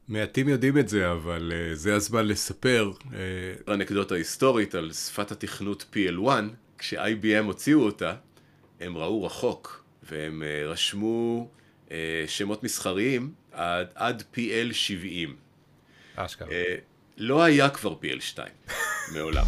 מעטים יודעים את זה, אבל זה הזמן לספר אנקדוטה היסטורית על שפת התכנות PL1. כש-IBM הוציאו אותה, הם ראו רחוק, והם רשמו שמות מסחריים עד PL70. אשכרה. לא היה כבר PL2, מעולם.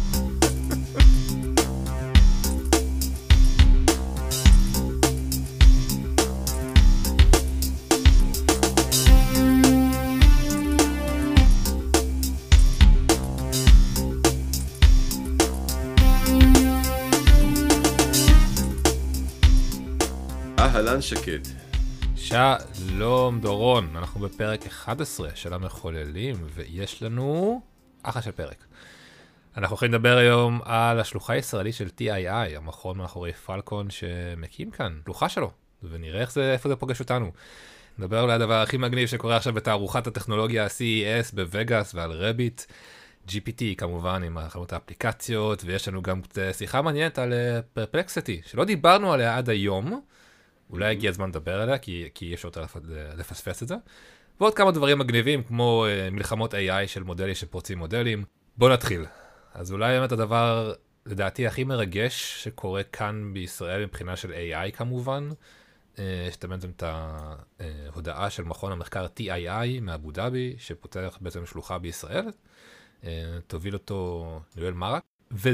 אהלן שקד. שלום דורון, אנחנו בפרק 11 של המחוללים, ויש לנו אחלה של פרק. אנחנו הולכים לדבר היום על השלוחה הישראלית של TII, המכון מאחורי פלקון שמקים כאן, שלוחה שלו, ונראה איפה זה פוגש אותנו. נדבר אולי הדבר הכי מגניב שקורה עכשיו בתערוכת הטכנולוגיה CES בווגאס ועל רביט, GPT כמובן עם חנות האפליקציות, ויש לנו גם שיחה מעניינת על פרפלקסיטי, שלא דיברנו עליה עד היום, אולי הגיע הזמן לדבר עליה, כי יש יותר לפספס את זה. ועוד כמה דברים מגניבים, כמו מלחמות AI של מודלים שפורצים מודלים. בואו נתחיל. אז אולי באמת הדבר, לדעתי, הכי מרגש שקורה כאן בישראל, מבחינה של AI כמובן, שתמיד את ההודעה של מכון המחקר TII מאבו דאבי, שפותח בעצם שלוחה בישראל. תוביל אותו ניואל מרק.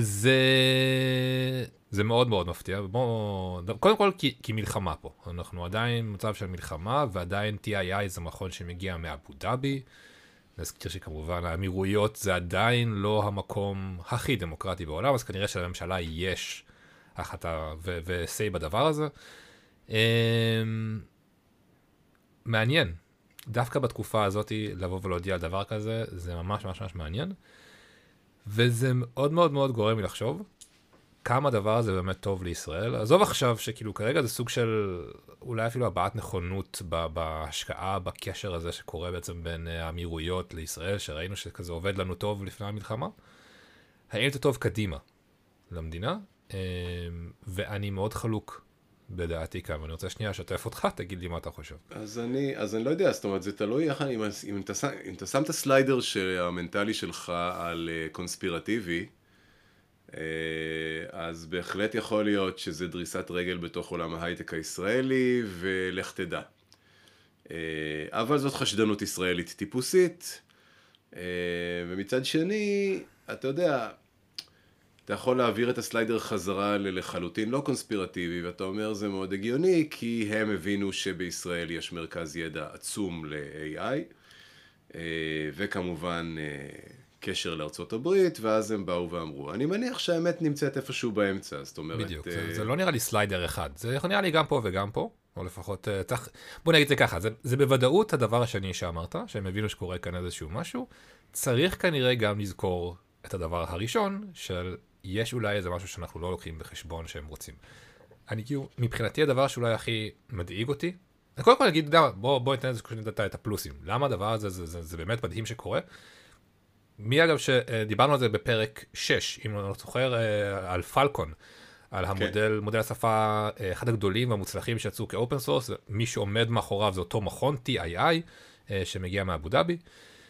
וזה מאוד מאוד מפתיע. קודם כל כי מלחמה פה. אנחנו עדיין במצב של מלחמה, ועדיין TII זה מכון שמגיע מאבו דאבי. נזכיר שכמובן האמירויות זה עדיין לא המקום הכי דמוקרטי בעולם, אז כנראה שלממשלה יש החלטה ו-say בדבר הזה. מעניין. דווקא בתקופה הזאת לבוא ולהודיע על דבר כזה, זה ממש ממש ממש מעניין. וזה מאוד מאוד מאוד גורם לי לחשוב כמה הדבר הזה באמת טוב לישראל. עזוב עכשיו שכאילו כרגע זה סוג של אולי אפילו הבעת נכונות בהשקעה, בקשר הזה שקורה בעצם בין האמירויות לישראל, שראינו שכזה עובד לנו טוב לפני המלחמה. האם זה טוב קדימה למדינה? ואני מאוד חלוק בדעתי כאן, ואני רוצה שנייה לשתף אותך, תגיד לי מה אתה חושב. אז אני לא יודע, זאת אומרת, זה תלוי אם אתה שם את הסליידר המנטלי שלך על קונספירטיבי, אז בהחלט יכול להיות שזה דריסת רגל בתוך עולם ההייטק הישראלי, ולך תדע. אבל זאת חשדנות ישראלית טיפוסית, ומצד שני, אתה יודע, אתה יכול להעביר את הסליידר חזרה לחלוטין לא קונספירטיבי, ואתה אומר זה מאוד הגיוני, כי הם הבינו שבישראל יש מרכז ידע עצום ל-AI, וכמובן קשר לארצות הברית, ואז הם באו ואמרו. אני מניח שהאמת נמצאת איפשהו באמצע, זאת אומרת... בדיוק, זה לא נראה לי סליידר אחד, זה נראה לי גם פה וגם פה, או לפחות, בוא נגיד את זה ככה, זה בוודאות הדבר השני שאמרת, שהם הבינו שקורה כאן איזשהו משהו, צריך כנראה גם לזכור את הדבר הראשון של... יש אולי איזה משהו שאנחנו לא לוקחים בחשבון שהם רוצים. אני כאילו, מבחינתי הדבר שאולי הכי מדאיג אותי, אני קודם כל אגיד, בוא ניתן את הפלוסים. למה הדבר הזה, זה באמת מדהים שקורה? מי אגב שדיברנו על זה בפרק 6, אם אני זוכר, על פלקון, על המודל, מודל השפה, אחד הגדולים והמוצלחים שיצאו כאופן סורס, מי שעומד מאחוריו זה אותו מכון, TII, שמגיע מאבו דאבי.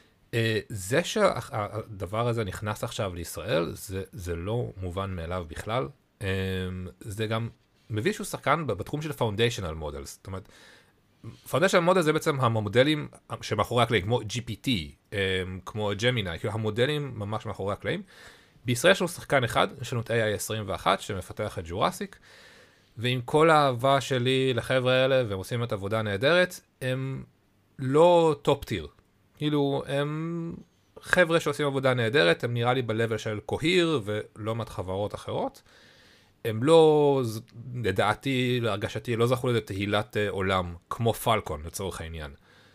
זה שהדבר הזה נכנס עכשיו לישראל, זה לא מובן מאליו בכלל. זה גם מביא שהוא שחקן בתחום של foundational models. זאת אומרת, foundational models זה בעצם המודלים שמאחורי הקלעים, כמו GPT, כמו Gemini, כאילו המודלים ממש מאחורי הקלעים. בישראל יש לנו שחקן אחד, יש לנו את AI21 שמפתח את ג'ורסיק, ועם כל האהבה שלי לחבר'ה האלה, והם עושים את עבודה נהדרת, הם לא טופ טיר. כאילו, הם חבר'ה שעושים עבודה נהדרת, הם נראה לי בלבל של קוהיר ולא מעט חברות אחרות. הם לא, לדעתי, להרגשתי, לא זכו לזה תהילת עולם, כמו פלקון, לצורך העניין.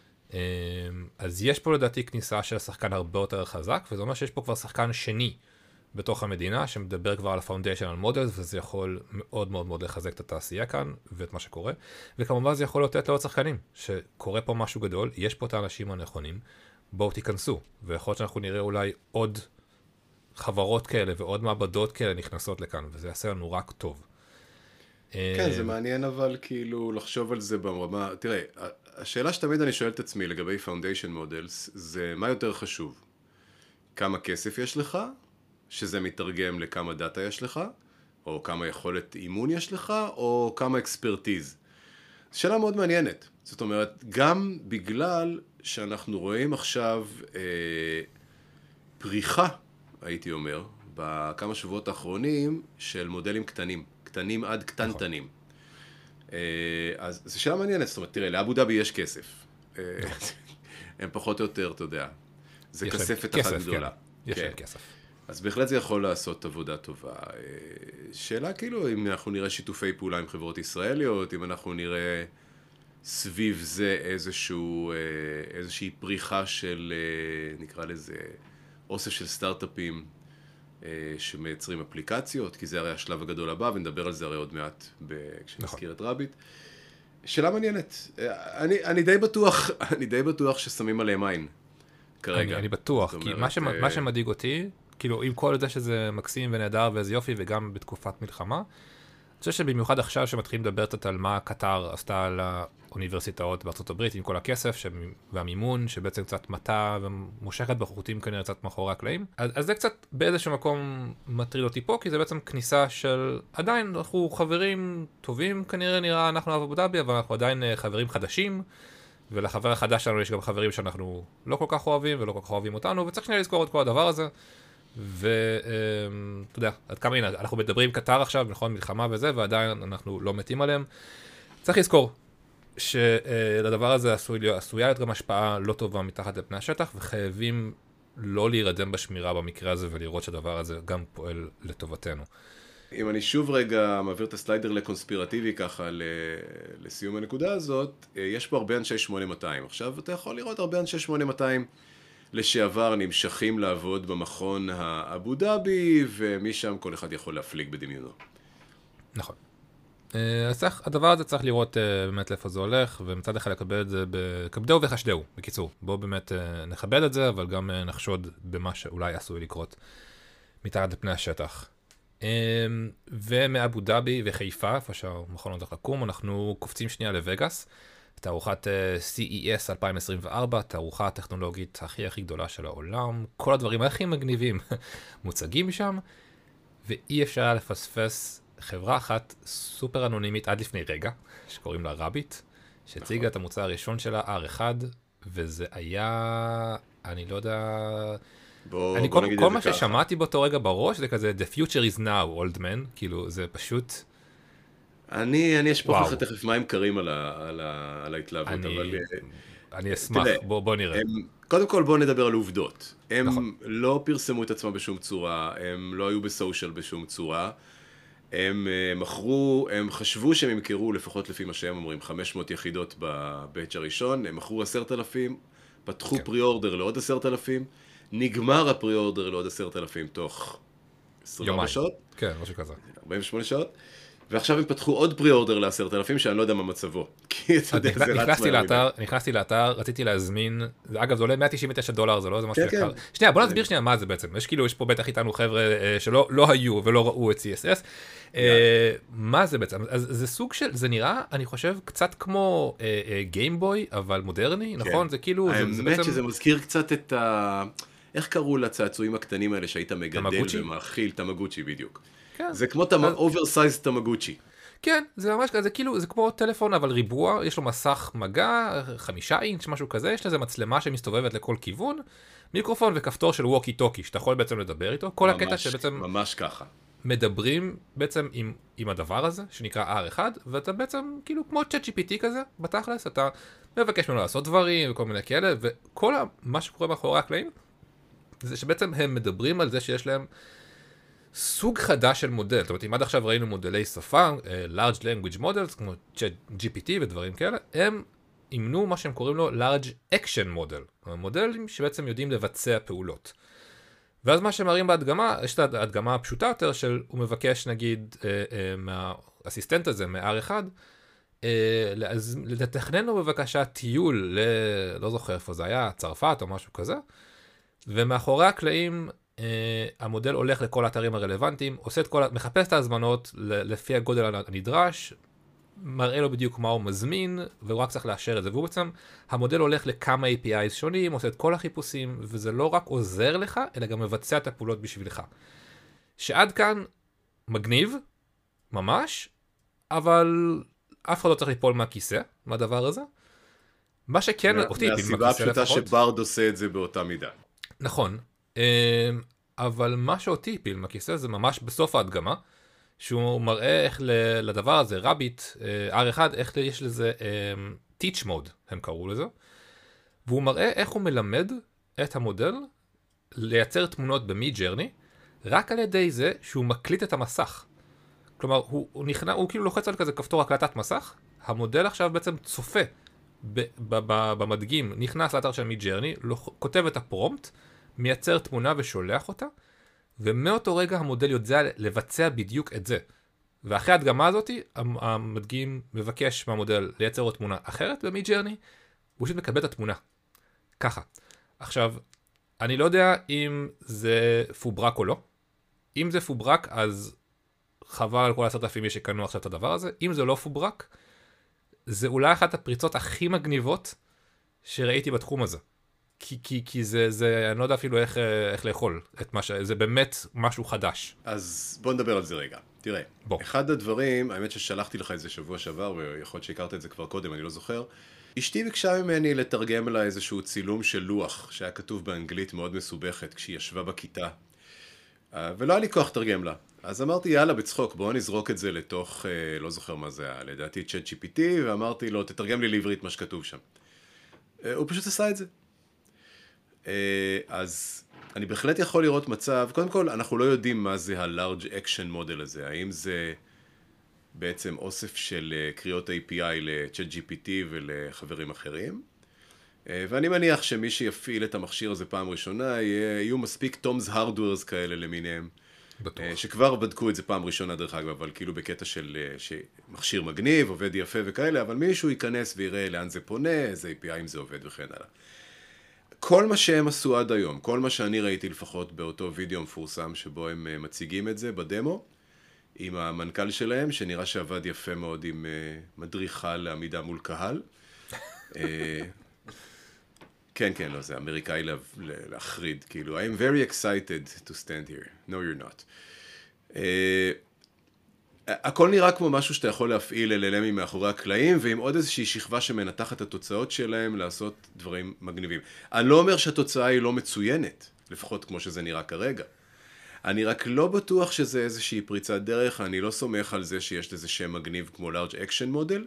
אז יש פה לדעתי כניסה של שחקן הרבה יותר חזק, וזה אומר שיש פה כבר שחקן שני בתוך המדינה, שמדבר כבר על ה-foundational models, וזה יכול מאוד מאוד מאוד לחזק את התעשייה כאן, ואת מה שקורה. וכמובן זה יכול לתת לעוד שחקנים, שקורה פה משהו גדול, יש פה את האנשים הנכונים, בואו תיכנסו, ויכול להיות שאנחנו נראה אולי עוד חברות כאלה, ועוד מעבדות כאלה נכנסות לכאן, וזה יעשה לנו רק טוב. כן, זה מעניין אבל כאילו לחשוב על זה ברמה, תראה, השאלה שתמיד אני שואל את עצמי לגבי Foundation Models, זה מה יותר חשוב? כמה כסף יש לך, שזה מתרגם לכמה דאטה יש לך, או כמה יכולת אימון יש לך, או כמה אקספרטיז. שאלה מאוד מעניינת. זאת אומרת, גם בגלל שאנחנו רואים עכשיו פריחה, הייתי אומר, בכמה שבועות האחרונים, של מודלים קטנים, קטנים עד קטנטנים. אז זו שאלה מעניינת, זאת אומרת, תראה, לאבו דאבי יש כסף. הם פחות או יותר, אתה יודע, זה כספת אחת גדולה. יש להם כסף. אז בהחלט זה יכול לעשות עבודה טובה. שאלה כאילו, אם אנחנו נראה שיתופי פעולה עם חברות ישראליות, אם אנחנו נראה סביב זה איזושהי פריחה של, נקרא לזה, אוסף של סטארט-אפים שמייצרים אפליקציות, כי זה הרי השלב הגדול הבא, ונדבר על זה הרי עוד מעט כשנזכיר את רביט. שאלה מעניינת. אני די בטוח ששמים עליהם עין כרגע. אני בטוח, כי מה שמדאיג אותי, כאילו עם כל זה שזה מקסים ונהדר ואיזה יופי, וגם בתקופת מלחמה, אני חושב שבמיוחד עכשיו שמתחילים לדבר קצת על מה קטר עשתה לאוניברסיטאות בארצות הברית, עם כל הכסף והמימון, שבעצם קצת מטה ומושכת בחוטים כנראה קצת מאחורי הקלעים. אז זה קצת באיזשהו מקום מטריד אותי פה, כי זה בעצם כניסה של, עדיין אנחנו חברים טובים כנראה נראה, אנחנו אבו דאבי, אבל אנחנו עדיין חברים חדשים, ולחבר החדש שלנו יש גם חברים שאנחנו לא כל כך אוהבים ולא כל כך אוהבים אותנו, וצריך שנייה לזכור את כל הדבר הזה. ואתה יודע, עד כמה הנה, אנחנו מדברים קטר עכשיו, נכון, מלחמה וזה, ועדיין אנחנו לא מתים עליהם. צריך לזכור שלדבר הזה עשויה להיות גם השפעה לא טובה מתחת לפני השטח, וחייבים לא להירדם בשמירה במקרה הזה, ולראות שהדבר הזה גם פועל לטובתנו. אם אני שוב רגע מעביר את הסליידר לקונספירטיבי ככה לסיום הנקודה הזאת, יש פה הרבה אנשי 8200. עכשיו אתה יכול לראות הרבה אנשי 8200 לשעבר נמשכים לעבוד במכון האבו דאבי, ומשם כל אחד יכול להפליג בדמיונו. נכון. אז הדבר הזה צריך לראות באמת לאיפה זה הולך, ומצד אחד לקבל את זה בכבדהו וחשדהו, בקיצור. בואו באמת נכבד את זה, אבל גם נחשוד במה שאולי עשוי לקרות מתחת לפני השטח. ומאבו דאבי וחיפה, איפה שהמכון הולך לקום, אנחנו קופצים שנייה לווגאס, תערוכת CES 2024, תערוכה הטכנולוגית הכי גדולה של העולם, כל הדברים הכי מגניבים מוצגים שם, ואי אפשר לפספס חברה אחת סופר אנונימית עד לפני רגע, שקוראים לה רביט, שהציגה את המוצר הראשון שלה, R1, וזה היה, אני לא יודע, כל מה ששמעתי באותו רגע בראש זה כזה The future is now, old man, כאילו זה פשוט... אני אשפוך לך תכף מים קרים על ההתלהבות, אבל... אני אשמח, בוא נראה. קודם כל בוא נדבר על עובדות. הם לא פרסמו את עצמם בשום צורה, הם לא היו בסושיאל בשום צורה, הם מכרו, הם חשבו שהם ימכרו, לפחות לפי מה שהם אומרים, 500 יחידות בבאץ' הראשון, הם מכרו 10,000, פתחו פרי-אורדר לעוד 10,000, נגמר הפרי-אורדר לעוד 10,000 תוך 24 שעות. כן, משהו כזה. 48 שעות. ועכשיו הם פתחו עוד פרי-אורדר ל10,000, שאני לא יודע מה מצבו. כי אתה יודע, זה רץ מהמילה. נכנסתי לאתר, רציתי להזמין, אגב זה עולה $199, זה לא איזה משהו יקר. שנייה, בוא נסביר שנייה מה זה בעצם. יש פה בטח איתנו חבר'ה שלא היו ולא ראו את CSS. מה זה בעצם? אז זה סוג של, זה נראה, אני חושב, קצת כמו גיימבוי, אבל מודרני, נכון? זה כאילו... האמת שזה מזכיר קצת את ה... איך קראו לצעצועים הקטנים האלה שהיית מגדל ומאכיל? תמגוצ'י בדיוק. זה כמו אוברסייז תמגוצ'י. כן, זה ממש כזה, כאילו, זה כמו טלפון, אבל ריבוע, יש לו מסך מגע, 5 אינץ', משהו כזה, יש לזה מצלמה שמסתובבת לכל כיוון, מיקרופון וכפתור של ווקי טוקי, שאתה יכול בעצם לדבר איתו, כל הקטע שבעצם... ממש ככה. מדברים בעצם עם הדבר הזה, שנקרא R1, ואתה בעצם, כאילו, כמו ChatGPT כזה, בתכלס, אתה מבקש ממנו לעשות דברים וכל מיני כאלה, וכל מה שקורה מאחורי הקלעים, זה שבעצם הם מדברים על זה שיש להם סוג חדש של מודל. זאת אומרת, אם עד עכשיו ראינו מודלי שפה, large language models, כמו ChatGPT ודברים כאלה, הם אימנו מה שהם קוראים לו large action model, מודלים שבעצם יודעים לבצע פעולות. ואז מה שמראים בהדגמה, יש את ההדגמה הפשוטה יותר של, הוא מבקש נגיד מהאסיסטנט הזה, מ-R1, לתכנן לו בבקשה טיול לא זוכר איפה זה היה, צרפת או משהו כזה, ומאחורי הקלעים המודל הולך לכל האתרים הרלוונטיים, מחפש את ההזמנות לפי הגודל הנדרש, מראה לו בדיוק מה הוא מזמין, והוא רק צריך לאשר את זה. והוא בעצם, המודל הולך לכמה APIs שונים, עושה את כל החיפושים, וזה לא רק עוזר לך, אלא גם מבצע את הפעולות בשבילך. שעד כאן מגניב, ממש, אבל אף אחד לא צריך ליפול מהכיסא, מהדבר הזה. מה שכן, אותי הפיל מהסיבה מהכיסא הפשוטה לפחות. שברד עושה את זה באותה מידה. נכון, אבל מה שאותי הפיל מהכיסא זה ממש בסוף ההדגמה, שהוא מראה איך לדבר הזה, רביט, R1, איך יש לזה teach mode, הם קראו לזה, והוא מראה איך הוא מלמד את המודל לייצר תמונות ב-Midjourney, רק על ידי זה שהוא מקליט את המסך. כלומר, הוא כאילו לוחץ על כזה כפתור הקלטת מסך, המודל עכשיו בעצם צופה במדגים, נכנס לאתר של Midjourney, כותב את הפרומפט, מייצר תמונה ושולח אותה, ומאותו רגע המודל יודע לבצע בדיוק את זה. ואחרי ההדגמה הזאת, המדגים מבקש מהמודל לייצר עוד תמונה אחרת ב-Midjourney, הוא פשוט מקבל את התמונה. ככה. עכשיו, אני לא יודע אם זה פוברק או לא. אם זה פוברק, אז חבל על כל 10,000 שקנו עכשיו את הדבר הזה. אם זה לא פוברק, זה אולי אחת הפריצות הכי מגניבות שראיתי בתחום הזה. כי זה, אני לא יודע אפילו איך לאכול את מה זה באמת משהו חדש. אז בוא נדבר על זה רגע. תראה, אחד הדברים, האמת ששלחתי לך את זה שבוע שעבר, ויכול להיות שהכרת את זה כבר קודם, אני לא זוכר. אשתי ביקשה ממני לתרגם לה איזשהו צילום של לוח, שהיה כתוב באנגלית מאוד מסובכת, כשהיא ישבה בכיתה. ולא היה לי כוח לתרגם לה. אז אמרתי, יאללה, בצחוק, בואו נזרוק את זה לתוך, לא זוכר מה זה היה, לדעתי ChatGPT, ואמרתי לו, תתרגם לי לעברית מה שכתוב שם. הוא פשוט עשה את זה. אז אני בהחלט יכול לראות מצב, קודם כל אנחנו לא יודעים מה זה ה-Large Action Model הזה, האם זה בעצם אוסף של קריאות API ל-ChatGPT ולחברים אחרים, ואני מניח שמי שיפעיל את המכשיר הזה פעם ראשונה, יהיו מספיק Tom's Hardwares כאלה למיניהם, שכבר בדקו את זה פעם ראשונה דרך אגב, אבל כאילו בקטע של מכשיר מגניב, עובד יפה וכאלה, אבל מישהו ייכנס ויראה לאן זה פונה, איזה API אם זה עובד וכן הלאה. כל מה שהם עשו עד היום, כל מה שאני ראיתי לפחות באותו וידאו מפורסם שבו הם מציגים את זה בדמו, עם המנכ"ל שלהם, שנראה שעבד יפה מאוד עם מדריכה לעמידה מול קהל. כן, כן, לא, זה אמריקאי להחריד, כאילו, I am very excited to stand here. No, you're not. הכל נראה כמו משהו שאתה יכול להפעיל LLM מאחורי הקלעים, ועם עוד איזושהי שכבה שמנתחת את התוצאות שלהם לעשות דברים מגניבים. אני לא אומר שהתוצאה היא לא מצוינת, לפחות כמו שזה נראה כרגע. אני רק לא בטוח שזה איזושהי פריצת דרך, אני לא סומך על זה שיש לזה שם מגניב כמו Large Action Model.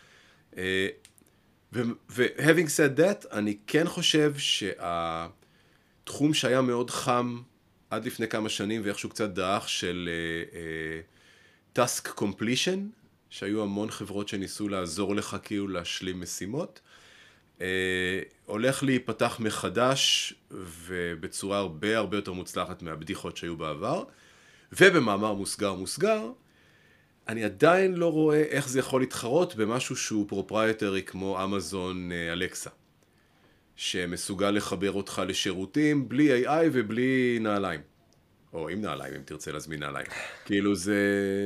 ו-having said that, אני כן חושב שהתחום שהיה מאוד חם עד לפני כמה שנים, ואיכשהו קצת דעך של task completion, שהיו המון חברות שניסו לעזור לך כאילו להשלים משימות, הולך להיפתח מחדש ובצורה הרבה הרבה יותר מוצלחת מהבדיחות שהיו בעבר, ובמאמר מוסגר, אני עדיין לא רואה איך זה יכול להתחרות במשהו שהוא פרופרייטרי כמו אמזון אלקסה, שמסוגל לחבר אותך לשירותים בלי AI ובלי נעליים. או עם נעליים, אם תרצה להזמין נעליים. כאילו זה...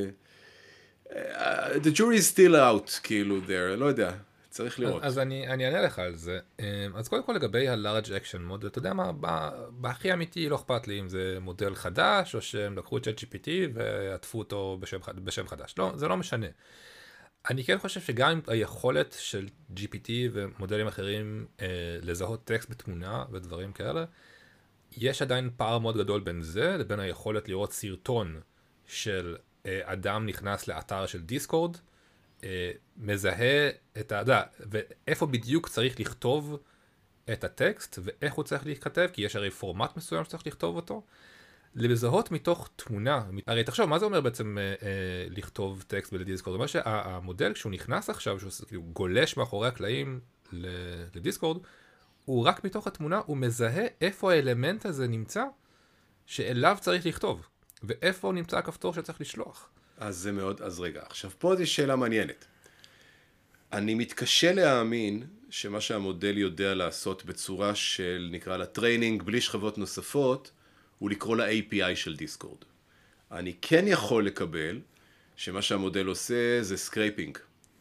The jury is still out, כאילו, there, לא יודע, צריך לראות. אז אני אענה לך על זה. אז קודם כל לגבי ה-Large Action Model, אתה יודע מה, בהכי אמיתי לא אכפת לי אם זה מודל חדש, או שהם לקחו את ChatGPT ועטפו אותו בשם חדש. לא, זה לא משנה. אני כן חושב שגם עם היכולת של GPT ומודלים אחרים לזהות טקסט בתמונה ודברים כאלה, יש עדיין פער מאוד גדול בין זה לבין היכולת לראות סרטון של אדם נכנס לאתר של דיסקורד, מזהה את האדם, ואיפה בדיוק צריך לכתוב את הטקסט, ואיך הוא צריך להיכתב, כי יש הרי פורמט מסוים שצריך לכתוב אותו, לזהות מתוך תמונה. הרי תחשוב, מה זה אומר בעצם לכתוב טקסט בדיסקורד? זה אומר שהמודל, כשהוא נכנס עכשיו, שהוא גולש מאחורי הקלעים לדיסקורד, הוא רק מתוך התמונה, הוא מזהה איפה האלמנט הזה נמצא, שאליו צריך לכתוב, ואיפה נמצא הכפתור שצריך לשלוח. אז זה מאוד, אז רגע, עכשיו פה זו שאלה מעניינת. אני מתקשה להאמין שמה שהמודל יודע לעשות בצורה של, נקרא לה טריינינג, בלי שכבות נוספות, הוא לקרוא ל-API של דיסקורד. אני כן יכול לקבל שמה שהמודל עושה זה סקרייפינג.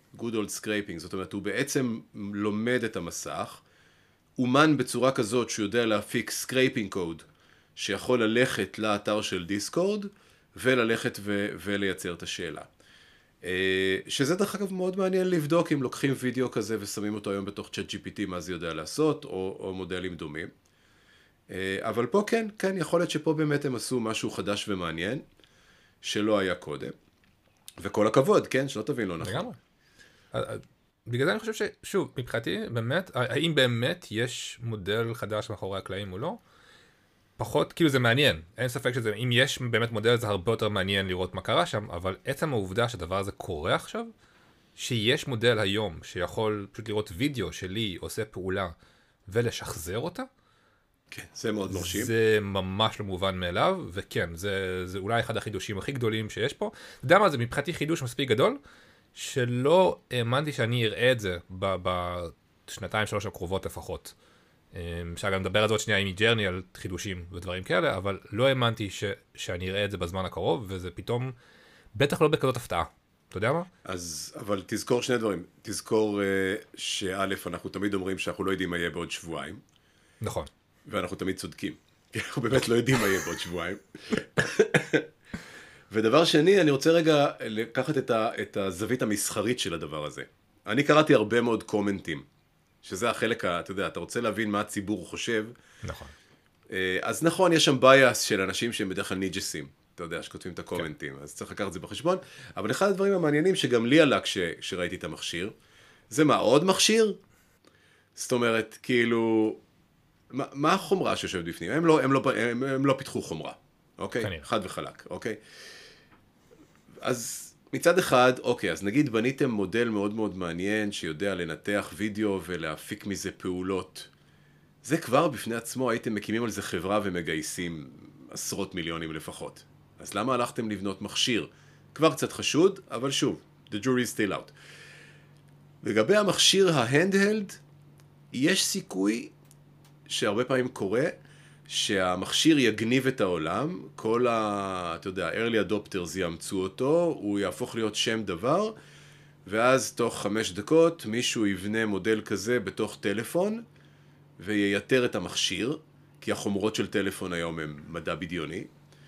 good old scraping, זאת אומרת, הוא בעצם לומד את המסך, אומן בצורה כזאת שהוא יודע להפיק scraping code, שיכול ללכת לאתר של דיסקורד, וללכת ולייצר את השאלה. שזה דרך אגב מאוד מעניין לבדוק אם לוקחים וידאו כזה ושמים אותו היום בתוך ChatGPT, מה זה יודע לעשות, או מודלים דומים. אבל פה כן, יכול להיות שפה באמת הם עשו משהו חדש ומעניין, שלא היה קודם. וכל הכבוד, כן, שלא תבין לא נכון. לגמרי. בגלל זה אני חושב ששוב, מבחינתי, באמת, האם באמת יש מודל חדש מאחורי הקלעים או לא? פחות, כאילו זה מעניין, אין ספק שזה, אם יש באמת מודל זה הרבה יותר מעניין לראות מה קרה שם, אבל עצם העובדה שהדבר הזה קורה עכשיו, שיש מודל היום שיכול פשוט לראות וידאו שלי עושה פעולה ולשחזר אותה, כן, זה מאוד מרשים. זה ממש לא מובן מאליו, וכן, זה אולי אחד החידושים הכי גדולים שיש פה. אתה יודע מה, זה מבחינתי חידוש מספיק גדול, שלא האמנתי שאני אראה את זה בשנתיים שלוש הקרובות לפחות. אפשר גם לדבר על זה עוד שנייה עם ג'רני על חידושים ודברים כאלה, אבל לא האמנתי שאני אראה את זה בזמן הקרוב, וזה פתאום, בטח לא בכזאת הפתעה. אתה יודע מה? אבל תזכור שני דברים. תזכור שא' אנחנו תמיד אומרים שאנחנו לא יודעים מה יהיה בעוד שבועיים. נכון. ואנחנו תמיד צודקים. כי אנחנו באמת לא יודעים מה יהיה בעוד שבועיים. ודבר שני, אני רוצה רגע לקחת את הזווית המסחרית של הדבר הזה. אני קראתי הרבה מאוד קומנטים, שזה החלק, אתה יודע, אתה רוצה להבין מה הציבור חושב. נכון. אז נכון, יש שם בייס של אנשים שהם בדרך כלל ניג'סים, אתה יודע, שכותבים את הקומנטים, אז צריך לקחת את זה בחשבון. אבל אחד הדברים המעניינים שגם לי עלה כשראיתי את המכשיר, זה מה, עוד מכשיר? זאת אומרת, כאילו, מה החומרה שיושבת בפנים? הם לא פיתחו חומרה, אוקיי? כנראה. חד וחלק, אוקיי? אז מצד אחד, אוקיי, אז נגיד בניתם מודל מאוד מאוד מעניין שיודע לנתח וידאו ולהפיק מזה פעולות. זה כבר בפני עצמו הייתם מקימים על זה חברה ומגייסים עשרות מיליונים לפחות. אז למה הלכתם לבנות מכשיר? כבר קצת חשוד, אבל שוב, the jury is still out. לגבי המכשיר ההנדהלד, יש סיכוי שהרבה פעמים קורה שהמכשיר יגניב את העולם, כל אתה יודע, early adopters יאמצו אותו, הוא יהפוך להיות שם דבר, ואז תוך 5 דקות מישהו יבנה מודל כזה בתוך טלפון, וייתר את המכשיר, כי החומרות של טלפון היום הם מדע בדיוני,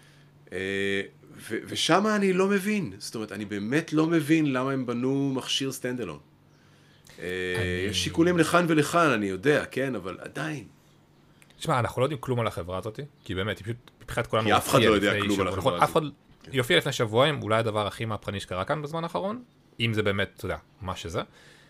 ושם אני לא מבין, זאת אומרת, אני באמת לא מבין למה הם בנו מכשיר סטנדלון. יש שיקולים לכאן ולכאן, אני יודע, כן, אבל עדיין. תשמע, אנחנו לא יודעים כלום על החברה הזאת, כי באמת, היא פשוט, מבחינת כולנו, כי אף אחד לא יודע כלום על החברה הזאת. אף אחד יופיע לפני שבועיים, אולי הדבר הכי מהפכני שקרה כאן בזמן האחרון, אם זה באמת, אתה יודע, מה שזה.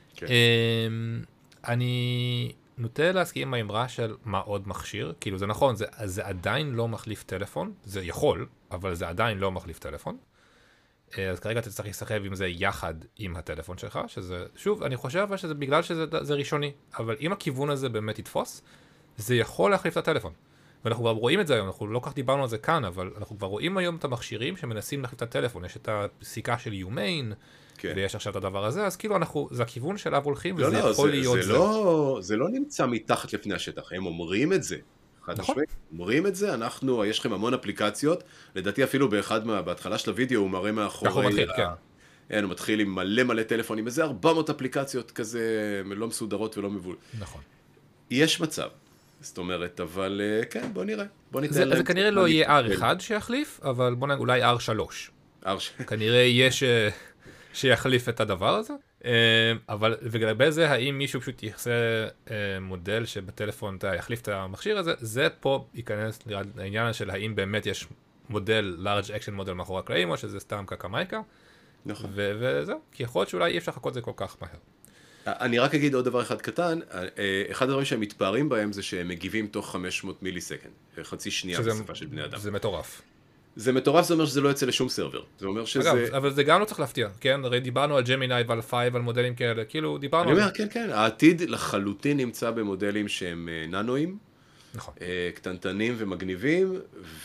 אני נוטה להסכים עם האמרה של מה עוד מכשיר, כאילו זה נכון, זה עדיין לא מחליף טלפון, זה יכול, אבל זה עדיין לא מחליף טלפון. אז כרגע אתה צריך להסחב עם זה יחד עם הטלפון שלך, שזה, שוב, אני חושב שזה בגלל שזה ראשוני, אבל אם הכיוון הזה באמת יתפוס, זה יכול להחליף את הטלפון. ואנחנו כבר רואים את זה היום, אנחנו לא כך דיברנו על זה כאן, אבל אנחנו כבר רואים היום את המכשירים שמנסים להחליף את הטלפון, יש את הסיכה של יומיין, כן. ויש עכשיו את הדבר הזה, אז כאילו זה הכיוון שאליו הולכים, וזה יכול להיות זה. זה לא נמצא מתחת לפני השטח, הם אומרים את זה. נכון. אומרים את זה, יש לכם המון אפליקציות, לדעתי אפילו בהתחלה של הוידאו הוא מראה מאחורי. הוא מתחיל, כן. הוא מתחיל עם מלא טלפונים, איזה 400 אפליקציות כזה, לא מסודרות ולא מבול. נכון. יש מצב. זאת אומרת, אבל כן, בוא נראה. זה כנראה לא יהיה R1 שיחליף, אבל בוא נגיד אולי R3. כנראה יש שיחליף את הדבר הזה. אבל לגבי זה, האם מישהו פשוט יחסה מודל שבטלפון יחליף את המכשיר הזה, זה פה ייכנס לעניין של האם באמת יש מודל, large action מודל מאחורי הקלעים, או שזה סתם קקמייקה. נכון. וזהו, כי יכול להיות שאולי אי אפשר לחכות זה כל כך מהר. אני רק אגיד עוד דבר אחד קטן, אחד הדברים שהם מתפארים בהם זה שהם מגיבים תוך 500 מיליסקנד, חצי שנייה בשפה של בני אדם. זה מטורף. זה מטורף, זה אומר שזה לא יצא לשום סרבר. זה אומר שזה... אגב, אבל זה גם לא צריך להפתיע, כן? הרי דיברנו על ג'מיני ועל 5, על מודלים כאלה, כאילו דיברנו על זה. אני אומר, כן, העתיד לחלוטין נמצא במודלים שהם ננואים, נכון. קטנטנים ומגניבים,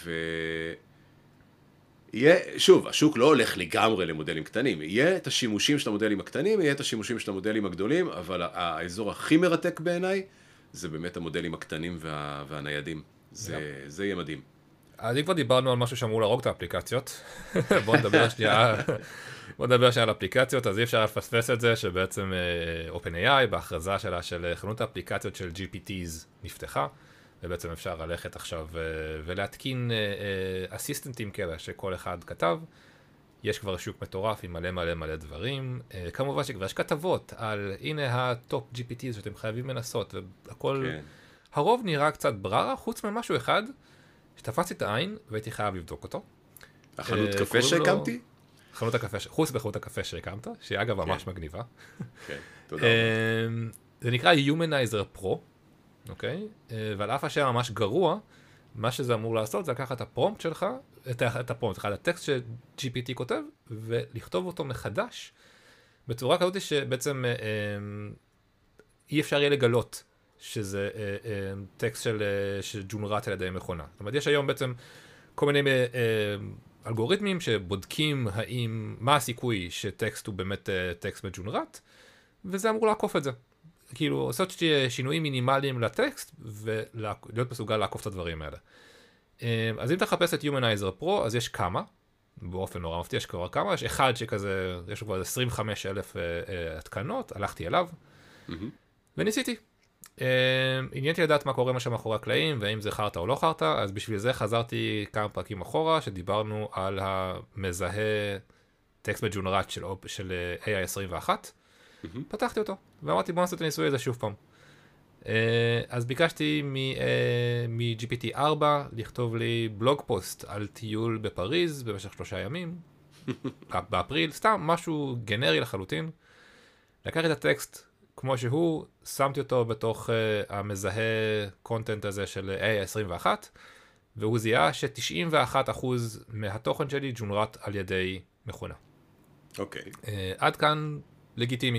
שוב, השוק לא הולך לגמרי למודלים קטנים, יהיה את השימושים של המודלים הקטנים, יהיה את השימושים של המודלים הגדולים, אבל האזור הכי מרתק בעיניי, זה באמת המודלים הקטנים והניידים. זה יהיה מדהים. אז אם כבר דיברנו על משהו שאמור להרוג את האפליקציות, בואו נדבר שנייה, על אפליקציות, אז אי אפשר לפספס את זה שבעצם OpenAI בהכרזה שלה של חנות האפליקציות של GPTs נפתחה, ובעצם אפשר ללכת עכשיו ולהתקין אסיסטנטים כאלה שכל אחד כתב. יש כבר שוק מטורף עם מלא דברים. כמובן שכבר יש כתבות על הנה הטופ GPTs שאתם חייבים לנסות, והכל, כן. הרוב נראה קצת בררה, חוץ ממשהו אחד, שתפסתי את העין והייתי חייב לבדוק אותו. החנות קפה שהקמתי? חנות הקפה, חוץ בחנות הקפה שהקמת, שהיא אגב ממש מגניבה. כן, תודה. זה נקרא Humanizer Pro, אוקיי? ועל אף השם ממש גרוע, מה שזה אמור לעשות זה לקחת את הפרומפט שלך, את הפרומפט, את הטקסט ש-GPT כותב, ולכתוב אותו מחדש, בצורה כזאת שבעצם אי אפשר יהיה לגלות שזה טקסט שג'ונרט על ידי מכונה. זאת אומרת, יש היום בעצם כל מיני אלגוריתמים שבודקים מה הסיכוי שטקסט הוא באמת טקסט מג'ונרט, וזה אמור לעקוף את זה. כאילו, עושות שינויים מינימליים לטקסט, ולהיות מסוגל לעקוף את הדברים האלה. אז אם תחפש את Humanizer Pro, אז יש כמה, באופן נורא מפתיע יש כבר כמה, יש אחד שכזה, יש לו כבר 25,000 התקנות, הלכתי אליו, וניסיתי. עניינתי לדעת מה קורה מה שמאחורי הקלעים, והאם זה חרטה או לא חרטה, אז בשביל זה חזרתי כמה פרקים אחורה, שדיברנו על המזהה טקסט מג'ונרט של AI21, פתחתי אותו, ואמרתי בוא נעשה את הניסוי הזה שוב פעם. אז ביקשתי מ-GPT-4 לכתוב לי בלוג פוסט על טיול בפריז במשך 3 ימים, באפריל, סתם משהו גנרי לחלוטין. לקחתי את הטקסט כמו שהוא, שמתי אותו בתוך המזהה קונטנט הזה של AI21, והוא זיהה ש91% מהתוכן שלי ג'ונרט על ידי מכונה. אוקיי. עד כאן לגיטימי.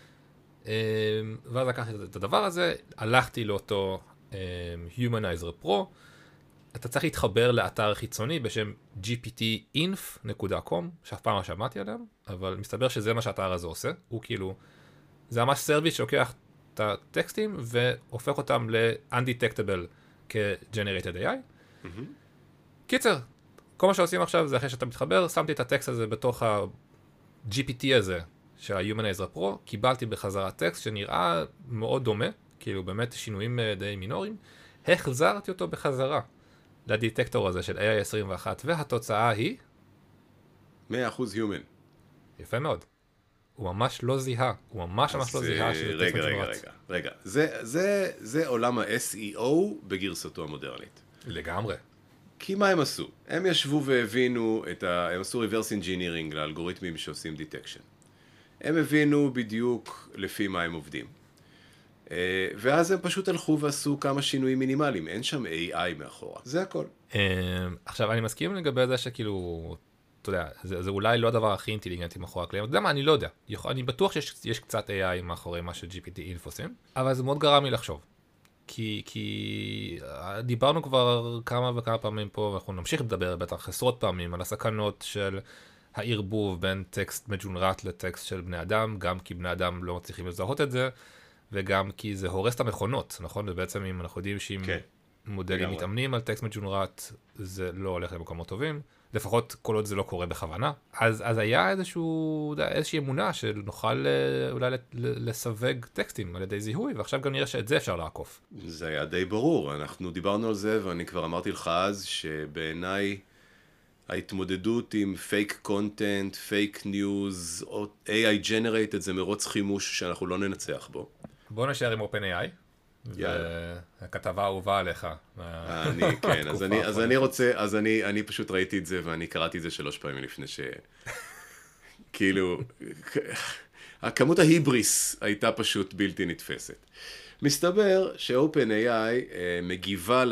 ואז לקחתי את הדבר הזה, הלכתי לאותו Humanizer Pro, אתה צריך להתחבר לאתר חיצוני בשם gptinf.com, שאף פעם לא שמעתי עליהם, אבל מסתבר שזה מה שהאתר הזה עושה, הוא כאילו, זה ממש סרוויס שלוקח את הטקסטים והופך אותם ל-undetectable כ-generated AI. קיצר, כל מה שעושים עכשיו זה אחרי שאתה מתחבר, שמתי את הטקסט הזה בתוך ה-GPT הזה, של ה-Humanizer Pro, קיבלתי בחזרה טקסט שנראה מאוד דומה, כאילו באמת שינויים די מינוריים, החזרתי אותו בחזרה לדטקטור הזה של AI21, והתוצאה היא 100% human. יפה מאוד. הוא ממש לא זיהה, הוא ממש לא זיהה שזה טקסט מג'ונרט. רגע. זה עולם ה-SEO בגרסתו המודרנית. לגמרי. כי מה הם עשו? הם ישבו והבינו הם עשו reverse engineering לאלגוריתמים שעושים detection. הם הבינו בדיוק לפי מה הם עובדים. ואז הם פשוט הלכו ועשו כמה שינויים מינימליים. אין שם AI מאחורה. זה הכל. עכשיו, אני מסכים לגבי זה שכאילו, אתה יודע, זה אולי לא הדבר הכי אינטליגנטי מאחורי הקלעים. אתה יודע מה, אני לא יודע. אני בטוח שיש קצת AI מאחורי מה ש-GPT-Inf עושים, אבל זה מאוד גרם לי לחשוב. כי דיברנו כבר כמה וכמה פעמים פה, ואנחנו נמשיך לדבר בטח עשרות פעמים על הסכנות של הערבוב בין טקסט מג'ונרט לטקסט של בני אדם, גם כי בני אדם לא מצליחים לזהות את זה, וגם כי זה הורס את המכונות, נכון? ובעצם אם אנחנו יודעים שאם מודלים מתאמנים על טקסט מג'ונרט, זה לא הולך למקומות טובים, לפחות כל עוד זה לא קורה בכוונה. אז היה איזושהי אמונה שנוכל אולי לסווג טקסטים על ידי זיהוי, ועכשיו גם נראה שאת זה אפשר לעקוף. זה היה די ברור, אנחנו דיברנו על זה, ואני כבר אמרתי לך אז שבעיניי ההתמודדות עם פייק קונטנט, פייק ניוז, או AI generated זה מרוץ חימוש שאנחנו לא ננצח בו. בוא נשאר עם OpenAI. והכתבה האהובה עליך. כן, אז אני פשוט ראיתי את זה ואני קראתי את זה 3 פעמים לפני כאילו, הכמות ההיבריס הייתה פשוט בלתי נתפסת. מסתבר ש-OpenAI מגיבה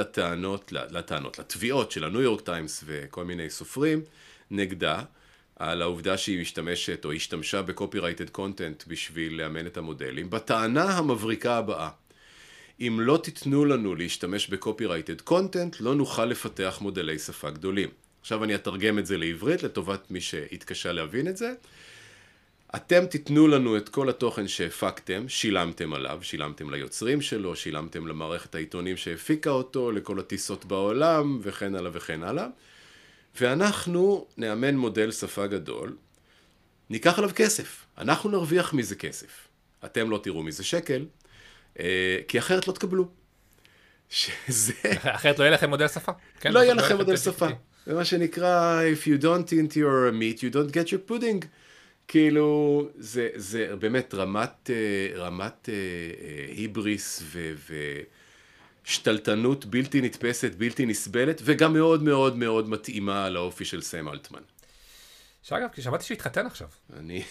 לתביעות של הניו יורק טיימס וכל מיני סופרים נגדה, על העובדה שהיא משתמשת או השתמשה בקופירייטד קונטנט בשביל לאמן את המודלים, בטענה המבריקה הבאה. אם לא תיתנו לנו להשתמש בקופירייטד קונטנט, לא נוכל לפתח מודלי שפה גדולים. עכשיו אני אתרגם את זה לעברית לטובת מי שהתקשה להבין את זה. אתם תיתנו לנו את כל התוכן שהפקתם, שילמתם עליו, שילמתם ליוצרים שלו, שילמתם למערכת העיתונים שהפיקה אותו, לכל הטיסות בעולם, וכן הלאה וכן הלאה. ואנחנו נאמן מודל שפה גדול, ניקח עליו כסף, אנחנו נרוויח מזה כסף. אתם לא תראו מזה שקל, כי אחרת לא תקבלו. שזה... אחרת לא יהיה לכם מודל שפה. לא יהיה לכם מודל שפה. זה מה שנקרא, if you don't eat your meat, you don't get your pudding. כאילו, זה באמת רמת היבריס ושתלטנות בלתי נתפסת, בלתי נסבלת, וגם מאוד מאוד מאוד מתאימה לאופי של סם אלטמן. שאגב, כי שמעתי שהוא התחתן עכשיו. אני...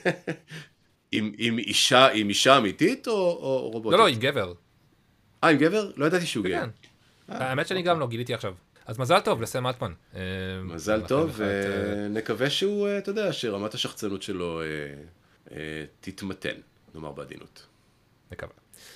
עם אישה אמיתית או רובוטית? לא, עם גבר. עם גבר? לא ידעתי שהוא גבר. האמת שאני גם לא גיליתי עכשיו. אז מזל טוב לסם אלטמן. מזל טוב, ונקווה שהוא, אתה יודע, שרמת השחצנות שלו תתמתן, נאמר בעדינות. נקווה.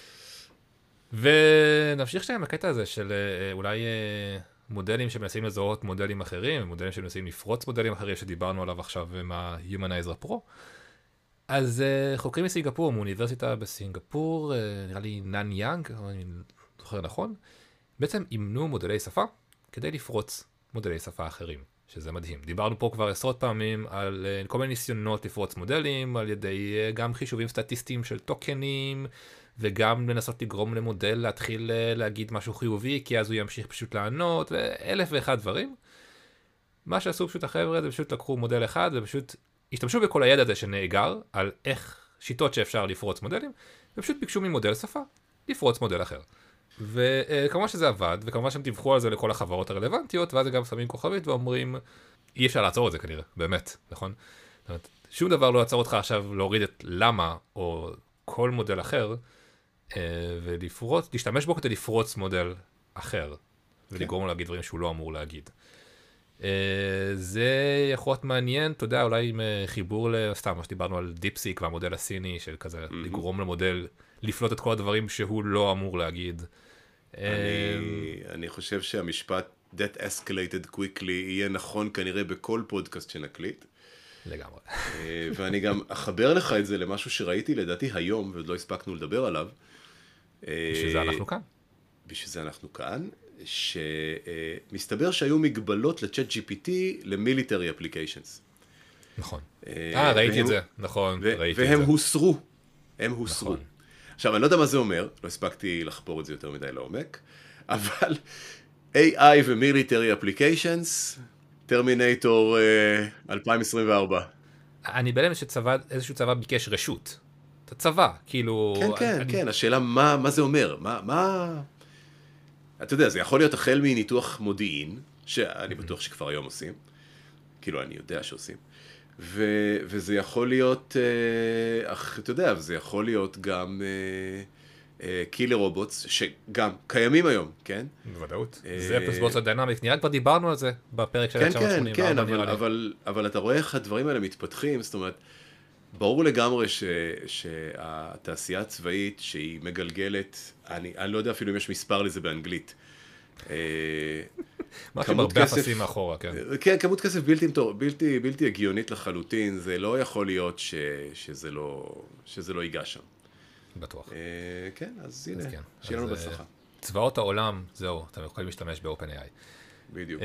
ונמשיך שם הקטע הזה של אולי מודלים שמנסים לזהות מודלים אחרים, מודלים שמנסים לפרוץ מודלים אחרים שדיברנו עליו עכשיו עם ה-Humanizer Pro. אז חוקרים מסינגפור, מאוניברסיטה בסינגפור, נראה לי נאן יאנג, אני זוכר נכון, בעצם אימנו מודלי שפה כדי לפרוץ מודלי שפה אחרים, שזה מדהים. דיברנו פה כבר עשרות פעמים על כל מיני ניסיונות לפרוץ מודלים, על ידי גם חישובים סטטיסטיים של טוקנים, וגם לנסות לגרום למודל להתחיל להגיד משהו חיובי, כי אז הוא ימשיך פשוט לענות, ואלף ואחד דברים. מה שעשו פשוט החבר'ה, זה פשוט לקחו מודל אחד, ופשוט השתמשו בכל הידע הזה שנאגר, על איך שיטות שאפשר לפרוץ מודלים, ופשוט ביקשו ממודל שפה לפרוץ מודל אחר. וכמובן שזה עבד, וכמובן שהם דיווחו על זה לכל החברות הרלוונטיות, ואז גם שמים כוכבית ואומרים, אי אפשר לעצור את זה כנראה, באמת, נכון? זאת אומרת, שום דבר לא יעצור אותך עכשיו להוריד את למה, או כל מודל אחר, להשתמש בו כדי לפרוץ מודל אחר, ולגרום לו להגיד דברים שהוא לא אמור להגיד. זה יכול להיות מעניין, אתה יודע, אולי עם חיבור סתם, מה שדיברנו על דיפסיק והמודל הסיני, של כזה לגרום למודל לפלוט את כל הדברים שהוא לא אמור להגיד. אני חושב שהמשפט that escalated quickly יהיה נכון כנראה בכל פודקאסט שנקליט. לגמרי. ואני גם אחבר לך את זה למשהו שראיתי לדעתי היום, ועוד לא הספקנו לדבר עליו. בשביל זה אנחנו כאן. בשביל זה אנחנו כאן, שמסתבר שהיו מגבלות לצ'אט GPT למיליטרי אפליקיישנס. נכון. ראיתי את זה, נכון, ראיתי את זה. והם הוסרו. הם הוסרו. עכשיו, אני לא יודע מה זה אומר, לא הספקתי לחפור את זה יותר מדי לעומק, אבל AI ומיליטרי אפליקיישנס, טרמינטור 2024. אני בלם שאיזשהו צבא ביקש רשות. את הצבא, כאילו... כן, השאלה מה זה אומר, אתה יודע, זה יכול להיות החל מניתוח מודיעין, שאני בטוח שכבר היום עושים, כאילו אני יודע שעושים, וזה יכול להיות, אתה יודע, זה יכול להיות גם קילר רובוטס, שגם קיימים היום, כן? בוודאות. זה פרספורציה דיינמית, נראה כבר דיברנו על זה בפרק של 1984. כן, אבל אתה רואה איך הדברים האלה מתפתחים, זאת אומרת, ברור לגמרי שהתעשייה הצבאית שהיא מגלגלת, אני לא יודע אפילו אם יש מספר לזה באנגלית. משהו הרבה אפסים מאחורה, כן. כן, כמות כסף בלתי הגיונית לחלוטין, זה לא יכול להיות שזה לא ייגע שם. בטוח. כן, אז הנה, שיהיה לנו בהצלחה. צבאות העולם, זהו, אתם יכולים להשתמש ב-OpenAI. בדיוק.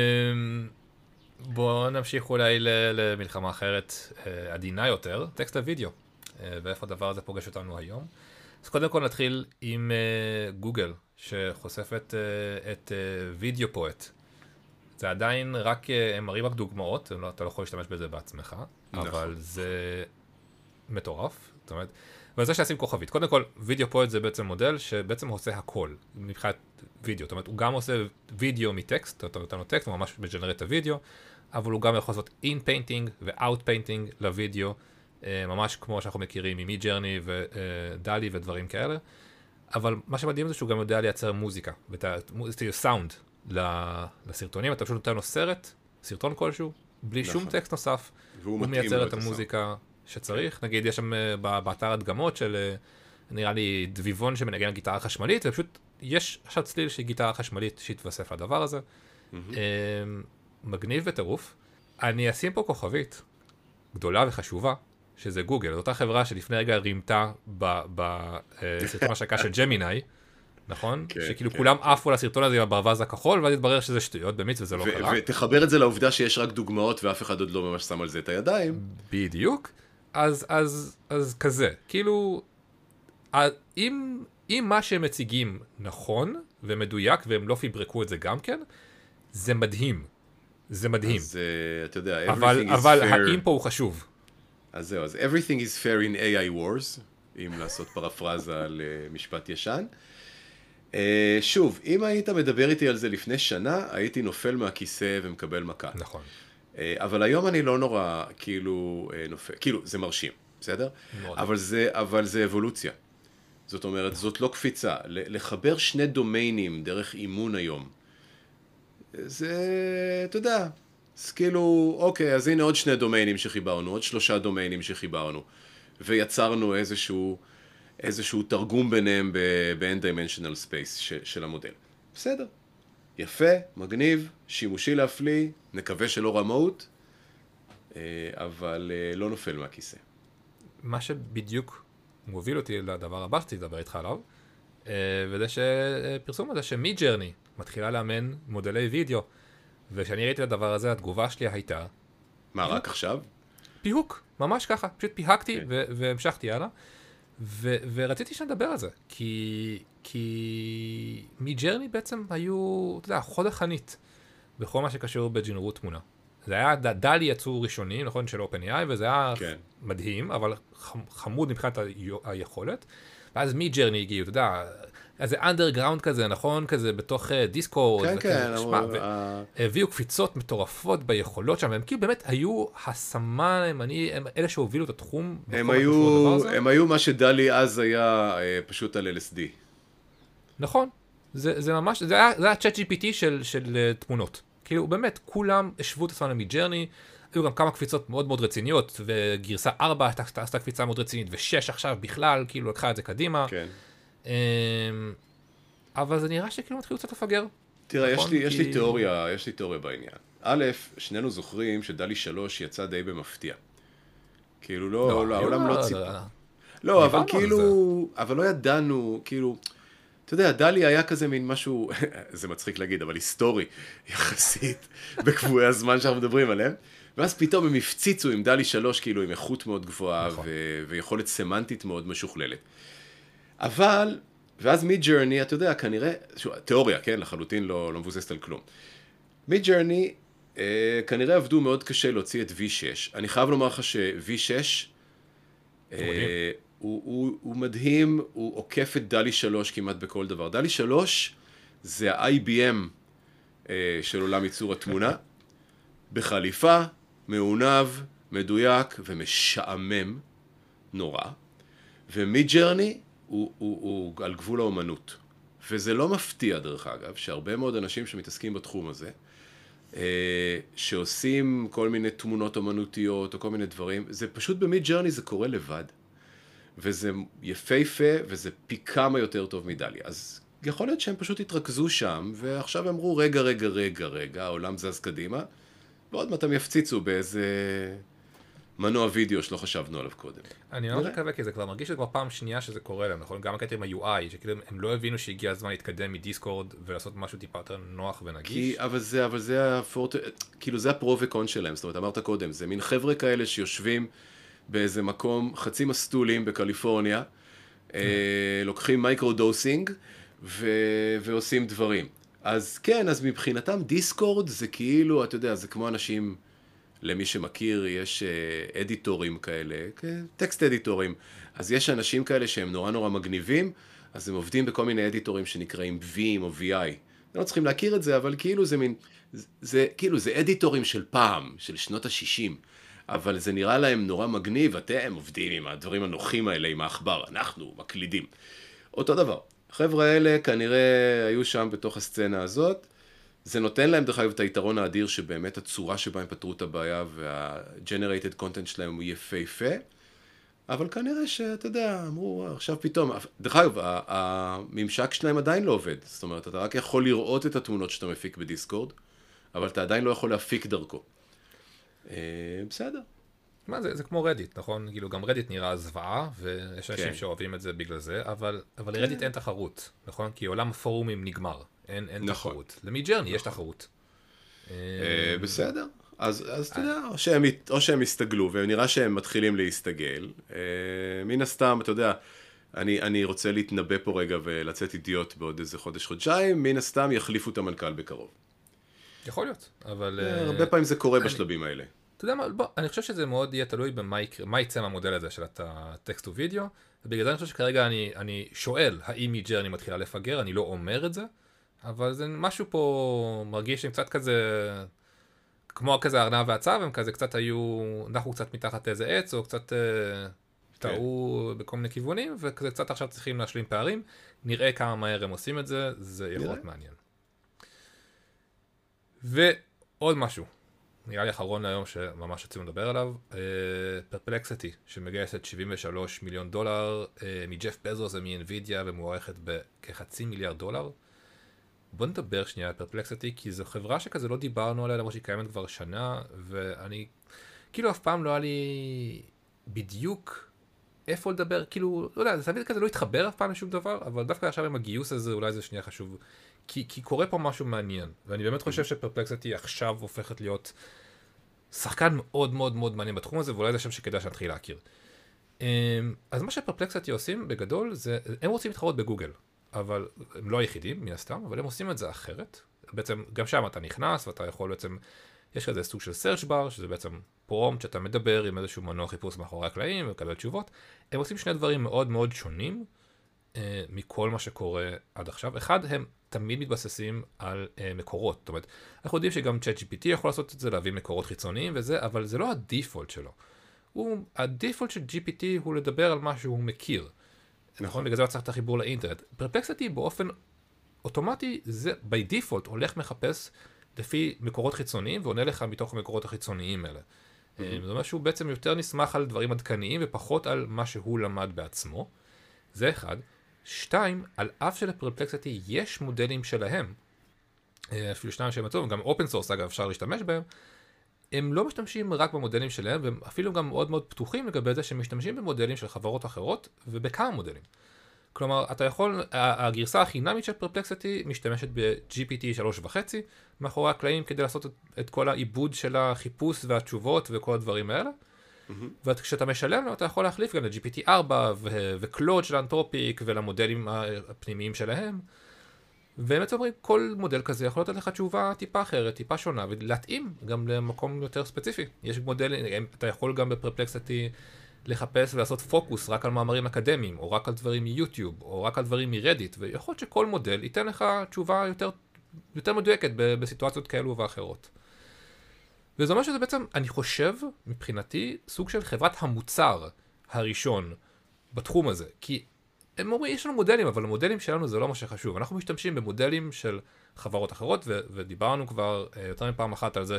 בואו נמשיך אולי למלחמה אחרת עדינה יותר, טקסט לוידאו, ואיפה הדבר הזה פוגש אותנו היום. אז קודם כל נתחיל עם גוגל, שחושפת את וידאו פואט. זה עדיין רק, הם מראים רק דוגמאות, אתה לא יכול להשתמש בזה בעצמך, אבל זה מטורף, זאת אומרת, וזה שעשים כוכבית. קודם כל, וידאו פואט זה בעצם מודל שבעצם עושה הכל, מבחינת וידאו. זאת אומרת, הוא גם עושה וידאו מטקסט, אתה נותן לו טקסט, הוא ממש מג'נרט את הוידאו, אבל הוא גם יכול לעשות in-painting ו-out-painting לוידאו, ממש כמו שאנחנו מכירים עם מי-ג'רני ודלי ודברים כאלה. אבל מה שמדהים זה שהוא גם יודע לייצר מוזיקה, סאונד לסרטונים, אתה פשוט נותן לו סרטון כלשהו, בלי שום טקסט נוסף, הוא מייצר את המוזיקה שצריך. נגיד, יש שם באתר הדגמות של, נראה לי, דביבון שמנגן גיטרה חשמלית, ופשוט יש עכשיו צליל של גיטרה חשמלית שהתווסף לדבר הזה. מגניב וטירוף. אני אשים פה כוכבית גדולה וחשובה, שזה גוגל, זו אותה חברה שלפני רגע רימתה בסרטון השקה של ג'מיני, נכון? כן, שכאילו כן. כולם עפו לסרטון הזה עם הברווז הכחול, ואז התברר שזה שטויות באמת, וזה לא קרה. ותחבר את זה לעובדה שיש רק דוגמאות, ואף אחד עוד לא ממש שם על זה את הידיים. בדיוק. אז כזה, כאילו, אם מה שהם מציגים נכון ומדויק, והם לא פיברקו את זה גם כן, זה מדהים. זה מדהים. אז אתה יודע, אבל האם פה הוא חשוב. אז זהו, אז everything is fair in AI wars, אם לעשות פרפרזה על משפט ישן. שוב, אם היית מדבר איתי על זה לפני שנה, הייתי נופל מהכיסא ומקבל מכה. נכון. אבל היום אני לא נורא, כאילו, נופל, כאילו, זה מרשים, בסדר? אבל זה אבולוציה. זאת אומרת, זאת לא קפיצה. לחבר שני דומיינים דרך אימון היום, זה, אתה יודע, אז כאילו, אוקיי, אז הנה עוד 2 דומיינים שחיברנו, עוד 3 דומיינים שחיברנו, ויצרנו איזשהו תרגום ביניהם ב-n-dimensional space של המודל. בסדר. יפה, מגניב, שימושי להפליא, נקווה שלא רמאות, אבל לא נופל מהכיסא. מה שבדיוק מוביל אותי לדבר הבא שצריך לדבר איתך עליו, וזה שפרסום הזה שמידג'רני מתחילה לאמן מודלי וידאו, וכשאני ראיתי את הדבר הזה, התגובה שלי הייתה... מה, רק עכשיו? פיהוק, ממש ככה, פשוט פיהקתי והמשכתי הלאה, ורציתי שנדבר על זה, כי מידג'רני בעצם היו, אתה יודע, חוד החנית בכל מה שקשור בג'נרות תמונה. זה היה דלי יצור ראשוני, נכון, של OpenAI, וזה היה מדהים, אבל חמוד מבחינת היכולת. ואז מידג'רני הגיעו, אתה יודע, איזה אנדרגראונד כזה, נכון, כזה בתוך דיסקורד. כן, כן. הביאו קפיצות מטורפות ביכולות שם, והם כאילו באמת היו הסמן, הם אלה שהובילו את התחום. הם היו מה שדלי אז היה פשוט על LSD. נכון, זה ממש, זה היה ChatGPT של תמונות. כאילו באמת, כולם השוו את עצמם למידג'רני, היו גם כמה קפיצות מאוד מאוד רציניות, וגרסה 4 עשתה קפיצה מאוד רצינית, ו6 עכשיו בכלל, כאילו לקחה את זה קדימה. כן. אבל זה נראה שכאילו מתחילו קצת לפגר. תראה, יש לי תיאוריה בעניין. א', שנינו זוכרים שדלי 3 יצא די במפתיע. כאילו לא, העולם לא ציפה. לא, אבל כאילו, אבל לא ידענו, כאילו, אתה יודע, דלי היה כזה מין משהו, זה מצחיק להגיד, אבל היסטורי, יחסית, בקבועי הזמן שאנחנו מדברים עליהם. ואז פתאום הם הפציצו עם דלי 3, כאילו, עם איכות מאוד גבוהה, ויכולת סמנטית מאוד משוכללת. אבל, ואז מידג'רני, אתה יודע, כנראה, תיאוריה, כן, לחלוטין לא מבוססת על כלום. מידג'רני, כנראה עבדו מאוד קשה להוציא את V6. אני חייב לומר לך ש-V6, הוא מדהים, הוא עוקף את דלי 3 כמעט בכל דבר. דלי 3 זה ה-IBM של עולם ייצור התמונה, בחליפה, מעונב, מדויק ומשעמם נורא. ומידג'רני הוא על גבול האומנות. וזה לא מפתיע דרך אגב, שהרבה מאוד אנשים שמתעסקים בתחום הזה, שעושים כל מיני תמונות אומנותיות או כל מיני דברים, זה פשוט במידג'רני זה קורה לבד. וזה יפהפה, וזה פי כמה יותר טוב מדלי. אז יכול להיות שהם פשוט התרכזו שם, ועכשיו אמרו, רגע, העולם זז קדימה, ועוד מעט הם יפציצו באיזה מנוע וידאו שלא חשבנו עליו קודם. אני לא מקווה, כי זה כבר מרגיש שזה כבר פעם שנייה שזה קורה להם, נכון? גם הקטע עם ה-UI, שכאילו הם לא הבינו שהגיע הזמן להתקדם מדיסקורד, ולעשות משהו טיפה יותר נוח ונגיש. אבל זה כאילו זה הפרו וקון שלהם, זאת אומרת, אמרת קודם, זה מין חבר'ה כאלה שיושבים באיזה מקום חצי מסטולים בקליפורניה, לוקחים מייקרו-דוסינג ועושים דברים. אז כן, אז מבחינתם דיסקורד זה כאילו, אתה יודע, זה כמו אנשים, למי שמכיר, יש אדיטורים כאלה, טקסט אדיטורים, אז יש אנשים כאלה שהם נורא מגניבים, אז הם עובדים בכל מיני אדיטורים שנקראים Vim או VI. לא צריכים להכיר את זה, אבל כאילו זה מין, זה אדיטורים של פעם, של שנות ה-60. אבל זה נראה להם נורא מגניב, אתם עובדים עם הדברים הנוחים האלה, עם העכבר, אנחנו מקלידים. אותו דבר. החבר'ה האלה כנראה היו שם בתוך הסצנה הזאת, זה נותן להם דרך אגב את היתרון האדיר שבאמת הצורה שבה הם פתרו את הבעיה וה-generated content שלהם הוא יפהפה, אבל כנראה שאתה יודע, אמרו עכשיו פתאום, דרך אגב, הממשק שלהם עדיין לא עובד, זאת אומרת, אתה רק יכול לראות את התמונות שאתה מפיק בדיסקורד, אבל אתה עדיין לא יכול להפיק דרכו. בסדר. מה זה כמו רדיט, נכון? כאילו גם רדיט נראה זוועה, ויש אנשים כן. שאוהבים את זה בגלל זה, אבל כן. לרדיט אין תחרות, נכון? כי עולם הפורומים נגמר, אין נכון. תחרות. למידג'רני יש תחרות. בסדר. אז אתה יודע, או שהם יסתגלו, ונראה שהם מתחילים להסתגל. מן הסתם, אתה יודע, אני רוצה להתנבא פה רגע ולצאת אידיוט בעוד איזה חודש-חודשיים, מן הסתם יחליפו את המנכ"ל בקרוב. יכול להיות, אבל... הרבה פעמים זה קורה בשלבים האלה. אתה יודע מה, בוא, אני חושב שזה מאוד יהיה תלוי במה יצא מהמודל הזה של הטקסט ווידאו, ובגלל זה אני חושב שכרגע אני שואל האם מידג'רני מתחילה לפגר, אני לא אומר את זה, אבל זה משהו פה מרגיש שהם קצת כזה, כמו כזה ארנב והצב, הם כזה קצת היו, נחו קצת מתחת איזה עץ, או קצת טעו בכל מיני כיוונים, וכזה קצת עכשיו צריכים להשלים פערים, נראה כמה מהר הם עושים את זה, זה יכול להיות מעניין. ועוד משהו. נראה לי אחרון להיום שממש רצינו לדבר עליו, פרפלקסיטי, שמגייסת $73 מיליון מג'ף בזוס ומאנווידיה ומוערכת בכ$500 מיליארד. בוא נדבר שנייה על פרפלקסיטי, כי זו חברה שכזה לא דיברנו עליה, למרות שהיא קיימת כבר שנה, ואני, כאילו אף פעם לא היה לי בדיוק איפה לדבר, כאילו, לא יודע, זה תמיד כזה לא התחבר אף פעם לשום דבר, אבל דווקא עכשיו עם הגיוס הזה אולי זה שנייה חשוב, כי קורה פה משהו מעניין, ואני באמת חושב שפרפלקסיטי עכשיו הופכת להיות שחקן מאוד מאוד מאוד מעניין בתחום הזה, ואולי זה שם שכדאי שנתחיל להכיר. אז מה שפרפלקסיטי עושים בגדול, זה, הם רוצים להתחרות בגוגל, אבל הם לא היחידים, מן הסתם, אבל הם עושים את זה אחרת. בעצם, גם שם אתה נכנס, ואתה יכול בעצם, יש כזה סוג של search bar, שזה בעצם פרומפט שאתה מדבר עם איזשהו מנוע חיפוש מאחורי הקלעים, ומקבל תשובות. הם עושים שני דברים מאוד מאוד שונים, מכל מה שקורה עד עכשיו. אחד, הם תמיד מתבססים על מקורות. זאת אומרת, אנחנו יודעים שגם ChatGPT יכול לעשות את זה, להביא מקורות חיצוניים וזה, אבל זה לא הדיפולט שלו. הדיפולט של GPT הוא לדבר על מה שהוא מכיר. נכון? בגלל זה הוא צריך את החיבור לאינטרנט. פרפלקסיטי באופן אוטומטי, זה by default הולך מחפש לפי מקורות חיצוניים, ועונה לך מתוך המקורות החיצוניים האלה. זאת אומרת שהוא בעצם יותר נסמך על דברים עדכניים, ופחות על מה שהוא למד בעצמו. זה אחד. שתיים, על אף שלפרפלקסיטי יש מודלים שלהם, אפילו שניים שהם עצום, גם אופן סורס אגב אפשר להשתמש בהם, הם לא משתמשים רק במודלים שלהם, והם אפילו גם מאוד מאוד פתוחים לגבי זה שהם משתמשים במודלים של חברות אחרות, ובכמה מודלים. כלומר, אתה יכול, הגרסה החינמית של פרפלקסיטי משתמשת ב-GPT 3.5 מאחורי הקלעים כדי לעשות את כל העיבוד של החיפוש והתשובות וכל הדברים האלה. וכשאתה משלם לו, אתה יכול להחליף גם ל-GPT 4 וקלוד של אנתרופיק ולמודלים הפנימיים שלהם. והם בעצם אומרים, כל מודל כזה יכול לתת לך תשובה טיפה אחרת, טיפה שונה, ולהתאים גם למקום יותר ספציפי. יש מודלים, אתה יכול גם בפרפלקסיטי לחפש ולעשות פוקוס רק על מאמרים אקדמיים, או רק על דברים מיוטיוב, או רק על דברים מרדיט, ויכול להיות שכל מודל ייתן לך תשובה יותר מדויקת בסיטואציות כאלו ואחרות. וזה אומר שזה בעצם, אני חושב, מבחינתי, סוג של חברת המוצר הראשון בתחום הזה. כי הם אומרים, יש לנו מודלים, אבל המודלים שלנו זה לא מה שחשוב. אנחנו משתמשים במודלים של חברות אחרות, ודיברנו כבר יותר מפעם אחת על זה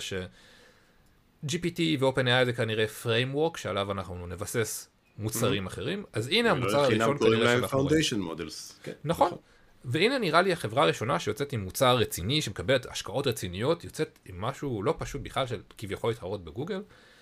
ש-GPT ו-OpenAI זה כנראה framework שעליו אנחנו נבסס מוצרים אחרים. אז הנה המוצר הראשון כנראה שאנחנו רואים. foundation models. נכון. והנה נראה לי החברה הראשונה שיוצאת עם מוצר רציני, שמקבלת השקעות רציניות, יוצאת עם משהו לא פשוט בכלל של כביכול להתחרות בגוגל.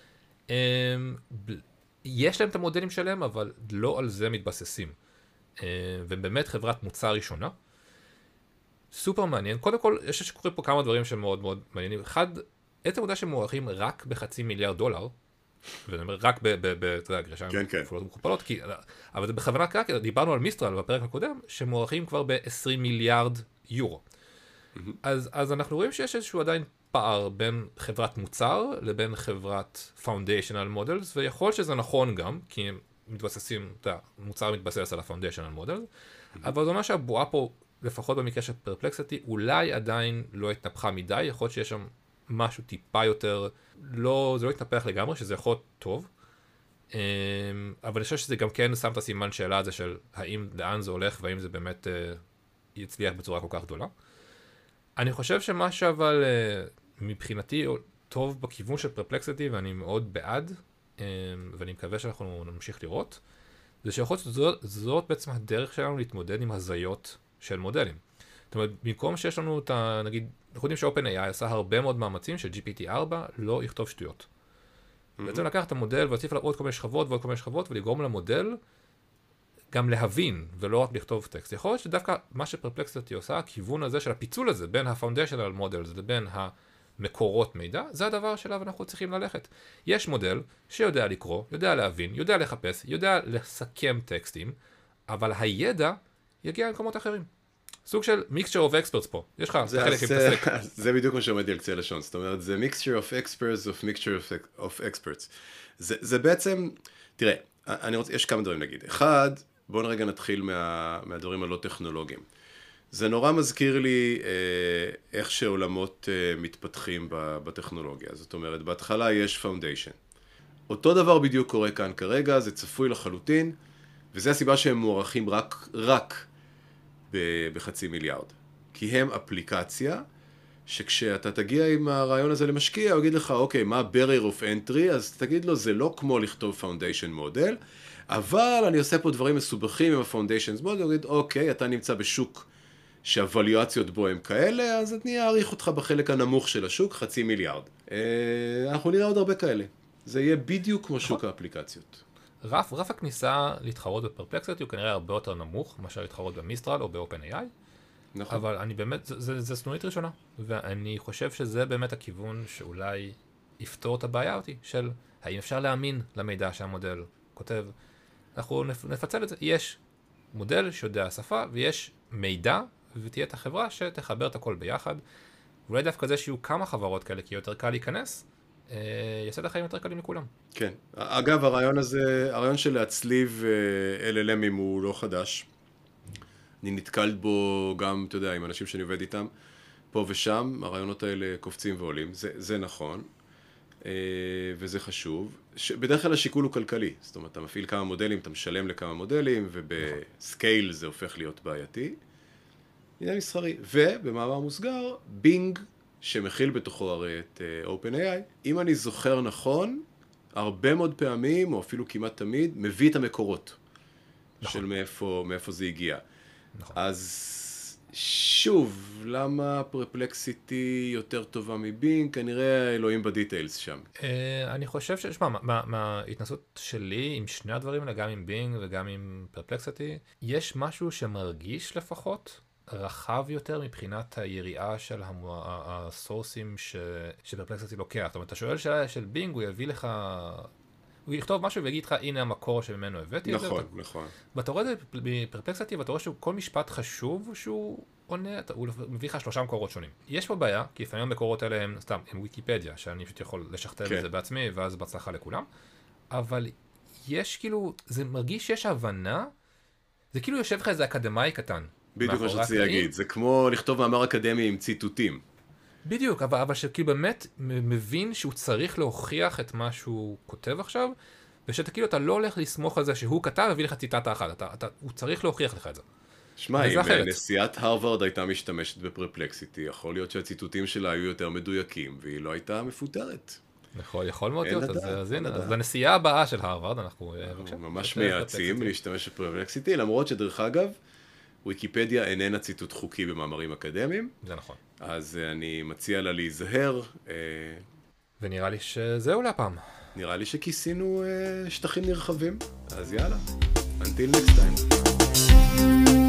יש להם את המודלים שלהם, אבל לא על זה מתבססים. ובאמת חברת מוצר ראשונה. סופר מעניין. קודם כל, יש שקורים פה כמה דברים שמאוד מאוד מעניינים. אחד, עצם העובדה שמוערכים רק $500 מיליארד, ואני אומר רק אתה יודע, גרשיים כפולות ומכופלות, אבל זה בכוונה קרה, כי דיברנו על מיסטרל בפרק הקודם, שמוערכים כבר ב-20 מיליארד יורו. אז אנחנו רואים שיש איזשהו עדיין פער בין חברת מוצר לבין חברת foundational models, ויכול שזה נכון גם, כי הם מתבססים, אתה יודע, מוצר מתבסס על ה-foundational models, אבל זה אומר שהבועה פה, לפחות במקרה של פרפלקסיטי, אולי עדיין לא התנפחה מדי, יכול להיות שיש שם משהו טיפה יותר, לא, זה לא התנפח לגמרי, שזה יכול להיות טוב, אבל אני חושב שזה גם כן שם את הסימן שאלה הזה של האם, לאן זה הולך, והאם זה באמת יצליח בצורה כל כך גדולה. אני חושב שמה שאבל מבחינתי טוב בכיוון של פרפלקסיטי, ואני מאוד בעד, ואני מקווה שאנחנו נמשיך לראות, זה שיכול להיות שזאת בעצם הדרך שלנו להתמודד עם הזיות של מודלים. זאת אומרת, במקום שיש לנו את נגיד, אנחנו יודעים ש-OpenAI עשה הרבה מאוד מאמצים ש-GPT 4 לא יכתוב שטויות. בעצם לקחת את המודל ולהוסיף עליו עוד כל מיני שכבות ועוד כל מיני שכבות, ולגרום למודל גם להבין, ולא רק לכתוב טקסט. יכול להיות שדווקא מה שפרפלקסיטי עושה, הכיוון הזה של הפיצול הזה, בין ה-foundational models לבין המקורות מידע, זה הדבר שלו אנחנו צריכים ללכת. יש מודל שיודע לקרוא, יודע להבין, יודע לחפש, יודע לסכם טקסטים, אבל הידע יגיע למקומות אחרים. סוג של mixture of experts פה. יש לך חלק עם תסק. זה בדיוק מה שעומד לי על קצה לשון. זאת אומרת, זה mixture of experts of mixture of experts. זה בעצם, תראה, יש כמה דברים להגיד. אחד, בואו רגע נתחיל מהדברים הלא טכנולוגיים. זה נורא מזכיר לי איך שעולמות מתפתחים בטכנולוגיה. זאת אומרת, בהתחלה יש foundation. אותו דבר בדיוק קורה כאן כרגע, זה צפוי לחלוטין, וזה הסיבה שהם מוערכים רק בחצי מיליארד. כי הם אפליקציה, שכשאתה תגיע עם הרעיון הזה למשקיע, הוא יגיד לך, אוקיי, מה barrier of entry? אז תגיד לו, זה לא כמו לכתוב foundation model, אבל אני עושה פה דברים מסובכים עם ה-foundations model, הוא יגיד, אוקיי, אתה נמצא בשוק שהוואליואציות בו הם כאלה, אז אני אעריך אותך בחלק הנמוך של השוק, חצי מיליארד. אנחנו נראה עוד הרבה כאלה. זה יהיה בדיוק כמו שוק האפליקציות. רף הכניסה להתחרות בפרפלקסיטי הוא כנראה הרבה יותר נמוך מאשר להתחרות במיסטרל או ב-OpenAI. נכון. אבל אני באמת, זה סנונית ראשונה. ואני חושב שזה באמת הכיוון שאולי יפתור את הבעיה אותי, של האם אפשר להאמין למידע שהמודל כותב. אנחנו נפצל את זה. יש מודל שיודע השפה, ויש מידע, ותהיה את החברה שתחבר את הכל ביחד. אולי דווקא זה שיהיו כמה חברות כאלה, כי יותר קל להיכנס, יעשה את החיים יותר קלים לכולם. כן. אגב, הרעיון של להצליב LLMים הוא לא חדש. אני נתקלת בו גם, אתה יודע, עם אנשים שאני עובד איתם, פה ושם, הרעיונות האלה קופצים ועולים. זה נכון, וזה חשוב. בדרך כלל השיקול הוא כלכלי. זאת אומרת, אתה מפעיל כמה מודלים, אתה משלם לכמה מודלים, ובסקייל זה הופך להיות בעייתי. עניין מסחרי. ובמאמר מוסגר, בינג, שמכיל בתוכו הרי את OpenAI, אם אני זוכר נכון, הרבה מאוד פעמים, או אפילו כמעט תמיד, מביא את המקורות של מאיפה זה הגיע. אז שוב, למה פרפלקסיטי יותר טובה מבינג? כנראה אלוהים בדיטיילס שם. אני חושב ששמע, מההתנסות שלי עם שני הדברים האלה, גם עם בינג וגם עם פרפלקסיטי, יש משהו שמרגיש לפחות רחב יותר מבחינת היריעה של הסורסים שפרפלקסיטי לוקח. זאת אומרת, אתה שואל שאלה של בינג, הוא יביא לך, הוא יכתוב משהו ויגיד לך, הנה המקור שממנו הבאתי את זה. נכון, נכון. ואתה רואה את זה בפרפלקסיטי, ואתה רואה שכל משפט חשוב שהוא עונה, הוא מביא לך 3 מקורות שונים. יש פה בעיה, כי לפעמים המקורות האלה הם סתם, הם ויקיפדיה, שאני פשוט יכול לשכתב את זה בעצמי, ואז בהצלחה לכולם. אבל יש כאילו, זה מרגיש שיש הבנה, זה כאילו יושב לך איזה אקדמאי קטן. בדיוק מה שרציתי להגיד, זה כמו לכתוב מאמר אקדמי עם ציטוטים. בדיוק, אבל שכאילו באמת מבין שהוא צריך להוכיח את מה שהוא כותב עכשיו, ושאתה כאילו אתה לא הולך לסמוך על זה שהוא כתב, הביא לך ציטטה אחת, הוא צריך להוכיח לך את זה. שמע, אם נשיאת הרווארד הייתה משתמשת בפרפלקסיטי, יכול להיות שהציטוטים שלה היו יותר מדויקים, והיא לא הייתה מפותרת. יכול מאוד להיות, אז הנה, אז לנשיאה הבאה של הרווארד, אנחנו ממש מייעצים להשתמש בפרפלקסיטי, למרות שדרך אגב, ויקיפדיה איננה ציטוט חוקי במאמרים אקדמיים. זה נכון. אז אני מציע לה להיזהר. ונראה לי שזהו להפעם. נראה לי שכיסינו שטחים נרחבים. אז יאללה, until next time.